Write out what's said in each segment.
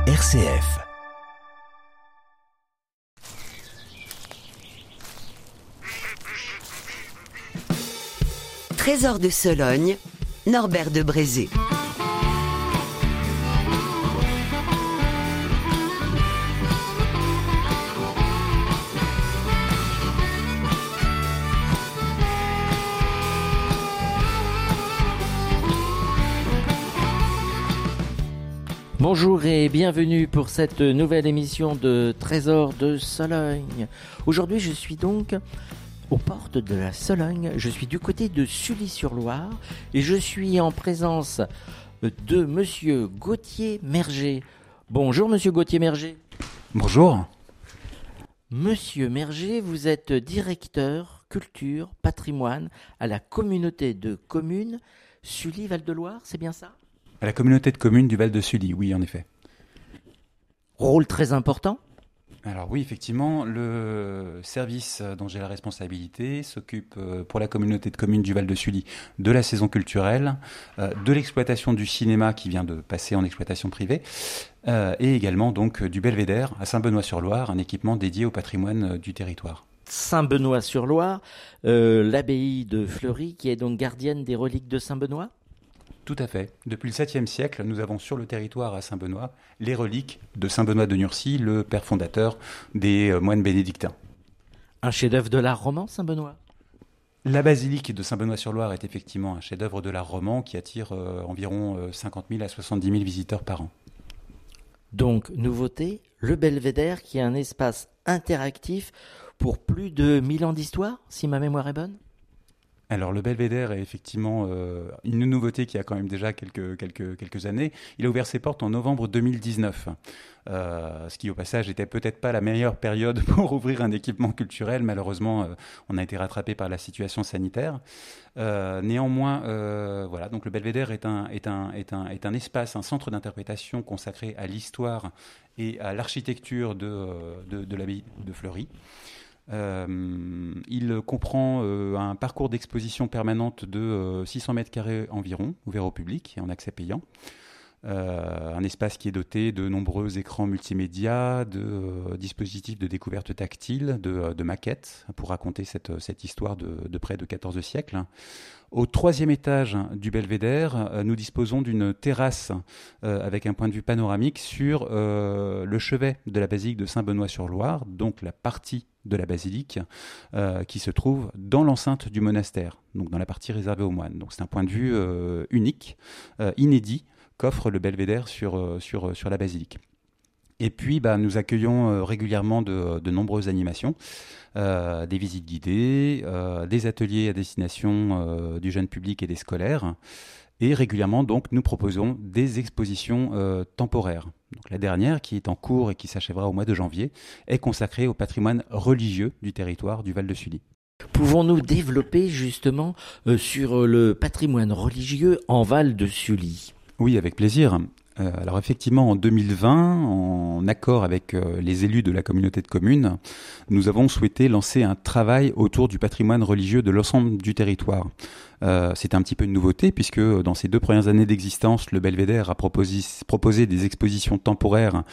RCF. Trésor de Sologne, Norbert de Brézé. Bonjour et bienvenue pour cette nouvelle émission de Trésor de Sologne. Aujourd'hui, je suis donc aux portes de la Sologne. Je suis du côté de Sully-sur-Loire et je suis en présence de Monsieur Gauthier-Merger. Bonjour Monsieur Gauthier-Merger. Bonjour. Monsieur Merger, vous êtes directeur culture, patrimoine à la communauté de communes Sully-Val-de-Loire, c'est bien ça ? À la communauté de communes du Val de Sully, oui, en effet. Rôle très important ? Alors oui, effectivement, le service dont j'ai la responsabilité s'occupe pour la communauté de communes du Val de Sully de la saison culturelle, de l'exploitation du cinéma qui vient de passer en exploitation privée, et également donc du Belvédère à Saint-Benoît-sur-Loire, un équipement dédié au patrimoine du territoire. Saint-Benoît-sur-Loire, l'abbaye de Fleury qui est donc gardienne des reliques de Saint-Benoît ? Tout à fait. Depuis le 7e siècle, nous avons sur le territoire à Saint-Benoît les reliques de Saint-Benoît de Nursie, le père fondateur des moines bénédictins. Un chef-d'œuvre de l'art roman, Saint-Benoît ? La basilique de Saint-Benoît-sur-Loire est effectivement un chef-d'œuvre de l'art roman qui attire environ 50 000 à 70 000 visiteurs par an. Donc, nouveauté, le Belvédère qui est un espace interactif pour plus de 1000 ans d'histoire, si ma mémoire est bonne ? Alors le Belvédère est effectivement une nouveauté qui a quand même déjà quelques années. Il a ouvert ses portes en novembre 2019, ce qui au passage n'était peut-être pas la meilleure période pour ouvrir un équipement culturel. Malheureusement, on a été rattrapé par la situation sanitaire. Néanmoins, voilà, donc le Belvédère est un espace, un centre d'interprétation consacré à l'histoire et à l'architecture de l'abbaye de Fleury. Il comprend un parcours d'exposition permanente de 600 mètres carrés environ, ouvert au public et en accès payant. Un espace qui est doté de nombreux écrans multimédia, de dispositifs de découverte tactile, de maquettes pour raconter cette histoire de près de 14 siècles. Au 3e étage du Belvédère, nous disposons d'une terrasse avec un point de vue panoramique sur le chevet de la basilique de Saint-Benoît-sur-Loire, donc la partie de la basilique qui se trouve dans l'enceinte du monastère, donc dans la partie réservée aux moines. Donc c'est un point de vue unique, inédit, qu'offre le Belvédère sur la basilique. Et puis, nous accueillons régulièrement de nombreuses animations, des visites guidées, des ateliers à destination du jeune public et des scolaires. Et régulièrement, donc, nous proposons des expositions temporaires. Donc, la dernière, qui est en cours et qui s'achèvera au mois de janvier, est consacrée au patrimoine religieux du territoire du Val de Sully. Pouvons-nous développer justement sur le patrimoine religieux en Val de Sully ? Oui, avec plaisir. Alors effectivement, en 2020, en accord avec les élus de la communauté de communes, nous avons souhaité lancer un travail autour du patrimoine religieux de l'ensemble du territoire. C'est un petit peu une nouveauté puisque dans ses 2 premières années d'existence, le Belvédère a proposé des expositions temporaires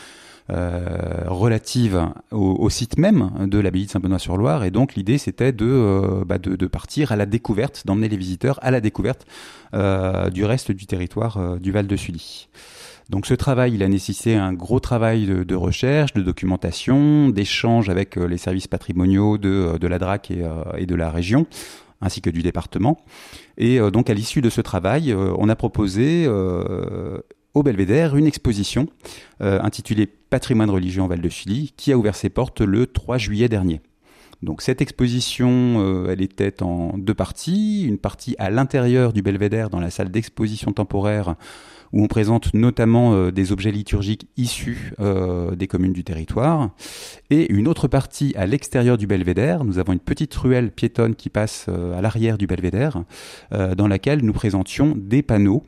relative au site même de l'abbaye de Saint-Benoît-sur-Loire, et donc l'idée c'était de partir à la découverte, d'emmener les visiteurs à la découverte du reste du territoire du Val de Sully. Donc ce travail, il a nécessité un gros travail de recherche, de documentation, d'échange avec les services patrimoniaux de la DRAC et de la région, ainsi que du département. Et donc à l'issue de ce travail, on a proposé au Belvédère une exposition intitulée Patrimoine religieux en Val de Sully qui a ouvert ses portes le 3 juillet dernier. Donc cette exposition, elle était en 2 parties. Une partie à l'intérieur du Belvédère dans la salle d'exposition temporaire où on présente notamment des objets liturgiques issus des communes du territoire. Et une autre partie à l'extérieur du Belvédère. Nous avons une petite ruelle piétonne qui passe à l'arrière du Belvédère, dans laquelle nous présentions des panneaux,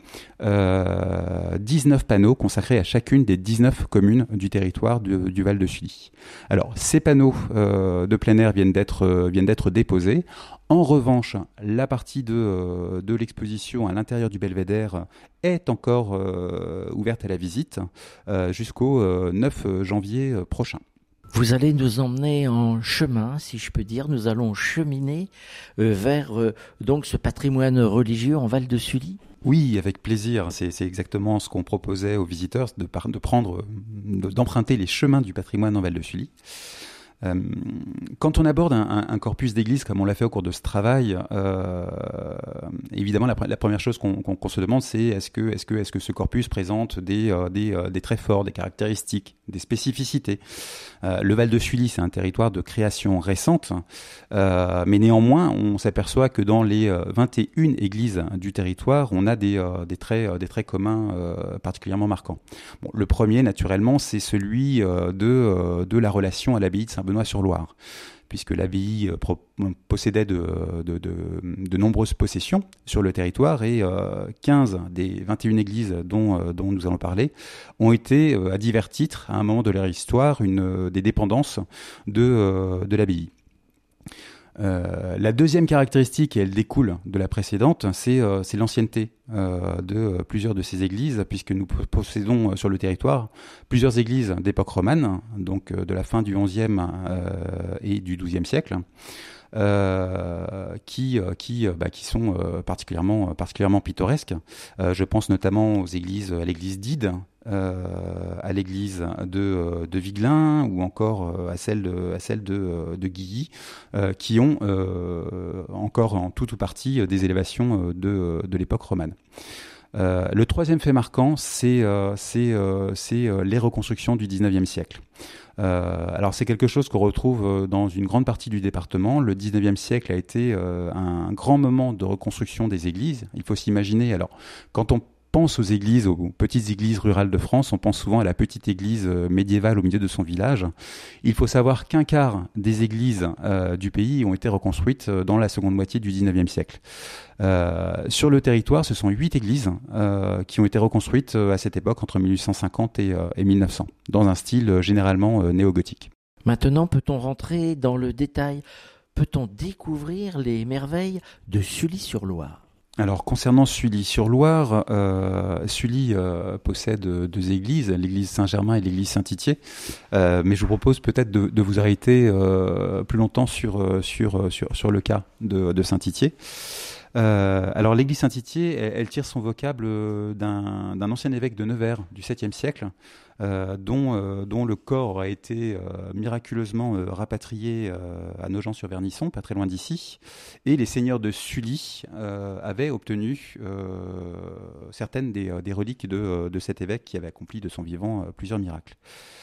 19 panneaux consacrés à chacune des 19 communes du territoire du Val de Sully. Alors, ces panneaux de plein air viennent d'être déposées. En revanche, la partie de l'exposition à l'intérieur du Belvédère est encore ouverte à la visite jusqu'au 9 janvier prochain. Vous allez nous emmener en chemin, si je peux dire. Nous allons cheminer vers donc ce patrimoine religieux en Val de Sully. Oui, avec plaisir. C'est exactement ce qu'on proposait aux visiteurs, d'emprunter les chemins du patrimoine en Val de Sully. Quand on aborde un corpus d'église comme on l'a fait au cours de ce travail, évidemment la première chose qu'on se demande, c'est est-ce que ce corpus présente des traits forts, des caractéristiques, des spécificités. Le Val de Sully, c'est un territoire de création récente, mais néanmoins on s'aperçoit que dans les 21 églises du territoire, on a des traits communs particulièrement marquants. Bon, le premier, naturellement, c'est celui de la relation à l'abbaye de Saint-Benoît-sur-Loire, puisque l'abbaye possédait de nombreuses possessions sur le territoire et 15 des 21 églises dont nous allons parler ont été, à divers titres, à un moment de leur histoire, des dépendances de l'abbaye. La deuxième caractéristique, et elle découle de la précédente, c'est l'ancienneté de plusieurs de ces églises, puisque nous possédons sur le territoire plusieurs églises d'époque romane, donc de la fin du XIe et du XIIe siècle, qui sont particulièrement pittoresques. Je pense notamment à l'église d'Ide, à l'église de Vigelin ou encore à celle de Guilly, qui ont encore en tout ou partie des élévations de l'époque romane. Le troisième fait marquant, c'est les reconstructions du XIXe siècle. Alors c'est quelque chose qu'on retrouve dans une grande partie du département. Le XIXe siècle a été un grand moment de reconstruction des églises. Il faut s'imaginer, alors quand on pense aux églises, aux petites églises rurales de France, on pense souvent à la petite église médiévale au milieu de son village. Il faut savoir qu'un quart des églises du pays ont été reconstruites dans la seconde moitié du XIXe siècle. Sur le territoire, ce sont 8 églises qui ont été reconstruites à cette époque, entre 1850 et 1900, dans un style généralement néo-gothique. Maintenant, peut-on rentrer dans le détail? Peut-on découvrir les merveilles de Sully-sur-Loire? Alors, concernant Sully-sur-Loire, Sully possède 2 églises, l'église Saint-Germain et l'église Saint-Titier. Mais je vous propose peut-être de vous arrêter plus longtemps sur le cas de Saint-Titier. Alors, l'église Saint-Titier, elle tire son vocable d'un ancien évêque de Nevers du 7e siècle, dont le corps a été miraculeusement rapatrié à Nogent-sur-Vernisson, pas très loin d'ici, et les seigneurs de Sully avaient obtenu certaines des reliques de cet évêque qui avait accompli de son vivant plusieurs miracles.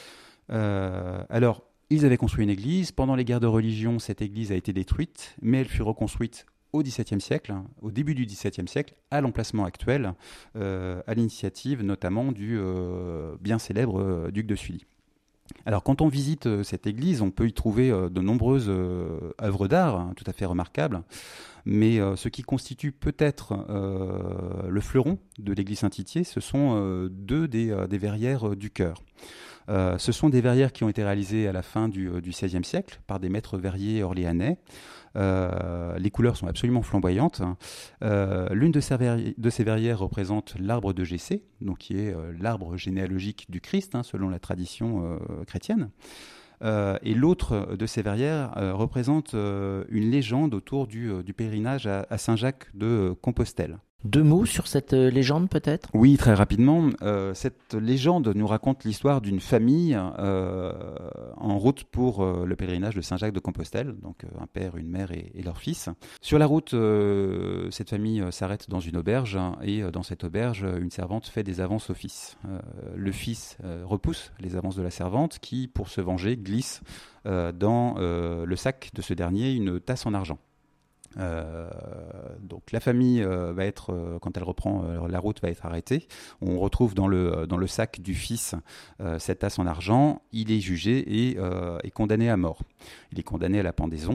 Alors, ils avaient construit une église. Pendant les guerres de religion, cette église a été détruite, mais elle fut reconstruite au XVIIe siècle, au début du XVIIe siècle, à l'emplacement actuel, à l'initiative notamment du bien célèbre duc de Sully. Alors quand on visite cette église, on peut y trouver de nombreuses œuvres d'art tout à fait remarquables, mais ce qui constitue peut-être le fleuron de l'église Saint-Titier, ce sont 2 des verrières du chœur. Ce sont des verrières qui ont été réalisées à la fin du XVIe siècle par des maîtres verriers orléanais. Les couleurs sont absolument flamboyantes. L'une de ces verrières représente l'arbre de Jessé, donc qui est l'arbre généalogique du Christ, selon la tradition chrétienne. Et l'autre de ces verrières représente une légende autour du pèlerinage à Saint-Jacques de Compostelle. 2 mots sur cette légende peut-être ? Oui, très rapidement. Cette légende nous raconte l'histoire d'une famille en route pour le pèlerinage de Saint-Jacques de Compostelle, donc un père, une mère et leur fils. Sur la route, cette famille s'arrête dans une auberge et dans cette auberge, une servante fait des avances au fils. Le fils repousse les avances de la servante qui, pour se venger, glisse dans le sac de ce dernier une tasse en argent. Donc la famille va être, quand elle reprend la route, va être arrêtée. On retrouve dans le sac du fils cette tasse en argent. Il est jugé et est condamné à mort. Il est condamné à la pendaison.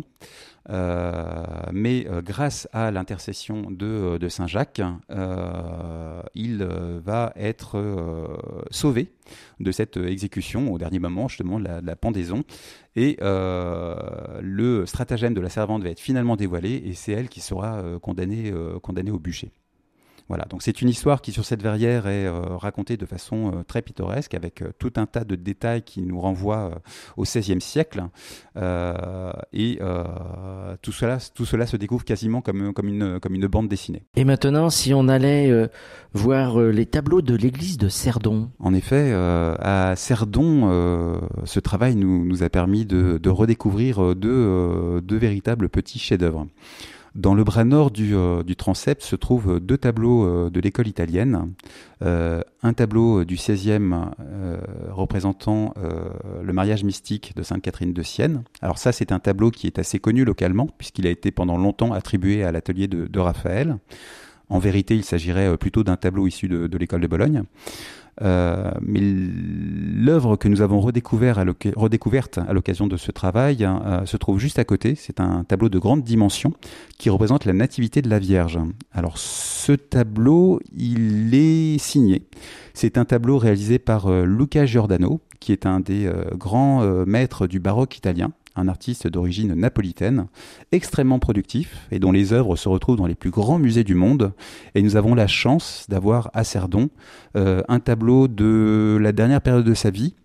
Mais grâce à l'intercession de Saint Jacques, il va être sauvé de cette exécution au dernier moment, justement, de la pendaison. Et le stratagème de la servante va être finalement dévoilé et c'est elle qui sera condamnée au bûcher. Voilà, donc c'est une histoire qui sur cette verrière est racontée de façon très pittoresque avec tout un tas de détails qui nous renvoient au XVIe siècle et tout cela se découvre quasiment comme une bande dessinée. Et maintenant, si on allait voir les tableaux de l'église de Cerdon. En effet, à Cerdon, ce travail nous a permis de redécouvrir deux véritables petits chefs-d'œuvre. Dans le bras nord du transept se trouvent deux tableaux de l'école italienne. Un tableau du XVIe représentant le mariage mystique de Sainte Catherine de Sienne. Alors ça, c'est un tableau qui est assez connu localement, puisqu'il a été pendant longtemps attribué à l'atelier de Raphaël. En vérité, il s'agirait plutôt d'un tableau issu de l'école de Bologne. Mais l'œuvre que nous avons redécouverte à l'occasion de ce travail se trouve juste à côté. C'est un tableau de grande dimension qui représente la Nativité de la Vierge. Alors ce tableau, il est signé. C'est un tableau réalisé par Luca Giordano, qui est un des grands maîtres du baroque italien. Un artiste d'origine napolitaine, extrêmement productif et dont les œuvres se retrouvent dans les plus grands musées du monde. Et nous avons la chance d'avoir à Cerdon un tableau de la dernière période de sa vie,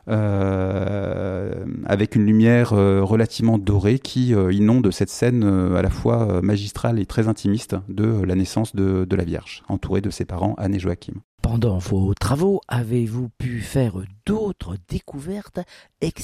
avec une lumière relativement dorée qui inonde cette scène à la fois magistrale et très intimiste de la naissance de la Vierge, entourée de ses parents Anne et Joachim. Pendant vos travaux, avez-vous pu faire d'autres découvertes exceptionnelles ?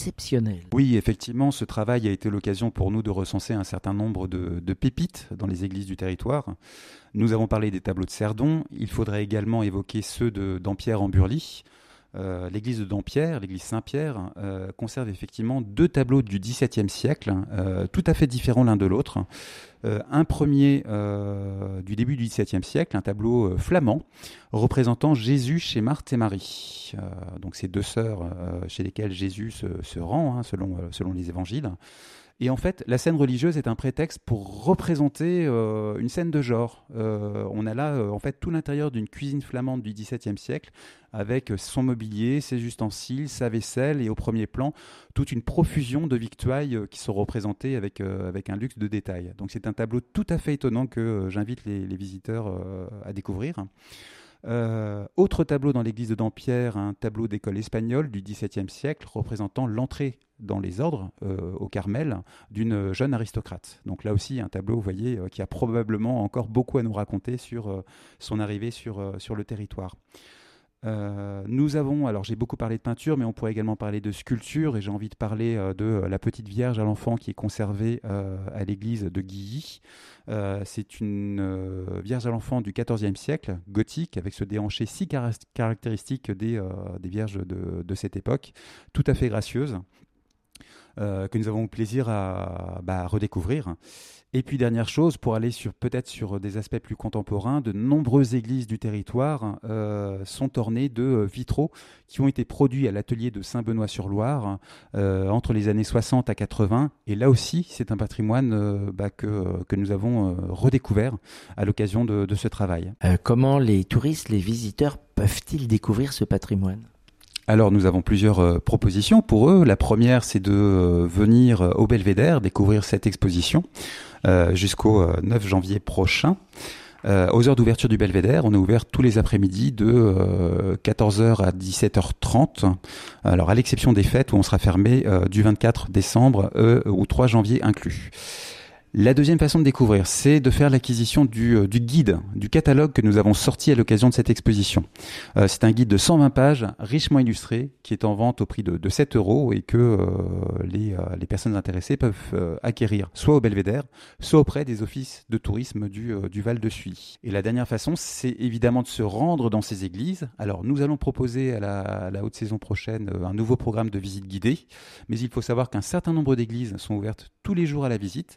Oui, effectivement, ce travail a été l'occasion pour nous de recenser un certain nombre de pépites dans les églises du territoire. Nous avons parlé des tableaux de Cerdon. Il faudrait également évoquer ceux d'Dampierre en Burly. L'église de Dampierre, l'église Saint-Pierre, conserve effectivement deux tableaux du XVIIe siècle, tout à fait différents l'un de l'autre. Un premier du début du XVIIe siècle, un tableau flamand, représentant Jésus chez Marthe et Marie. Donc ces deux sœurs chez lesquelles Jésus se rend, selon les évangiles. Et en fait, la scène religieuse est un prétexte pour représenter une scène de genre. On a là, en fait, tout l'intérieur d'une cuisine flamande du XVIIe siècle, avec son mobilier, ses ustensiles, sa vaisselle, et au premier plan, toute une profusion de victuailles qui sont représentées avec un luxe de détails. Donc c'est un tableau tout à fait étonnant que j'invite les visiteurs à découvrir. Autre tableau dans l'église de Dampierre, un tableau d'école espagnole du XVIIe siècle représentant l'entrée dans les ordres au Carmel d'une jeune aristocrate. Donc là aussi un tableau, vous voyez, qui a probablement encore beaucoup à nous raconter sur son arrivée sur le territoire. Nous avons, alors j'ai beaucoup parlé de peinture, mais on pourrait également parler de sculpture, et j'ai envie de parler de la petite Vierge à l'enfant qui est conservée à l'église de Guilly. C'est une Vierge à l'enfant du XIVe siècle, gothique, avec ce déhanché si caractéristique des Vierges de cette époque, tout à fait gracieuse, que nous avons le plaisir à redécouvrir. Et puis dernière chose, pour aller peut-être sur des aspects plus contemporains, de nombreuses églises du territoire sont ornées de vitraux qui ont été produits à l'atelier de Saint-Benoît-sur-Loire entre les années 60 à 80. Et là aussi, c'est un patrimoine que nous avons redécouvert à l'occasion de ce travail. Comment les touristes, les visiteurs peuvent-ils découvrir ce patrimoine ? Alors nous avons plusieurs propositions pour eux. La première, c'est de venir au Belvédère, découvrir cette exposition jusqu'au 9 janvier prochain. Aux heures d'ouverture du Belvédère, on est ouvert tous les après-midi de 14h à 17h30. Alors à l'exception des fêtes où on sera fermé du 24 décembre au 3 janvier inclus. La deuxième façon de découvrir, c'est de faire l'acquisition du guide, du catalogue que nous avons sorti à l'occasion de cette exposition. C'est un guide de 120 pages, richement illustré, qui est en vente au prix de 7 € et que les personnes intéressées peuvent acquérir soit au Belvédère, soit auprès des offices de tourisme du Val de Suy. Et la dernière façon, c'est évidemment de se rendre dans ces églises. Alors, nous allons proposer à la haute saison prochaine un nouveau programme de visite guidée, mais il faut savoir qu'un certain nombre d'églises sont ouvertes tous les jours à la visite.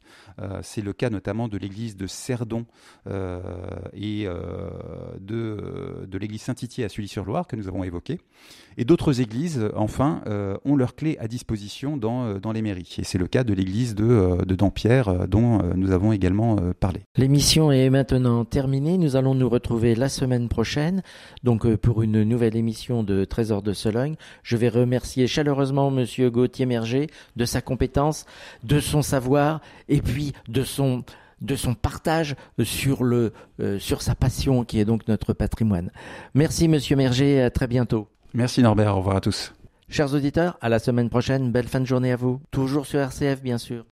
C'est le cas notamment de l'église de Cerdon et de l'église Saint-Titier à Sully-sur-Loire que nous avons évoqué. Et d'autres églises, enfin, ont leurs clés à disposition dans les mairies. Et c'est le cas de l'église de Dampierre dont nous avons également parlé. L'émission est maintenant terminée. Nous allons nous retrouver la semaine prochaine, donc pour une nouvelle émission de Trésors de Sologne. Je vais remercier chaleureusement Monsieur Gauthier Merger de sa compétence, de son savoir et puis de son partage sur sa passion qui est donc notre patrimoine. Merci Monsieur Merger, à très bientôt. Merci Norbert, au revoir à tous. Chers auditeurs, à la semaine prochaine, belle fin de journée à vous. Toujours sur RCF bien sûr.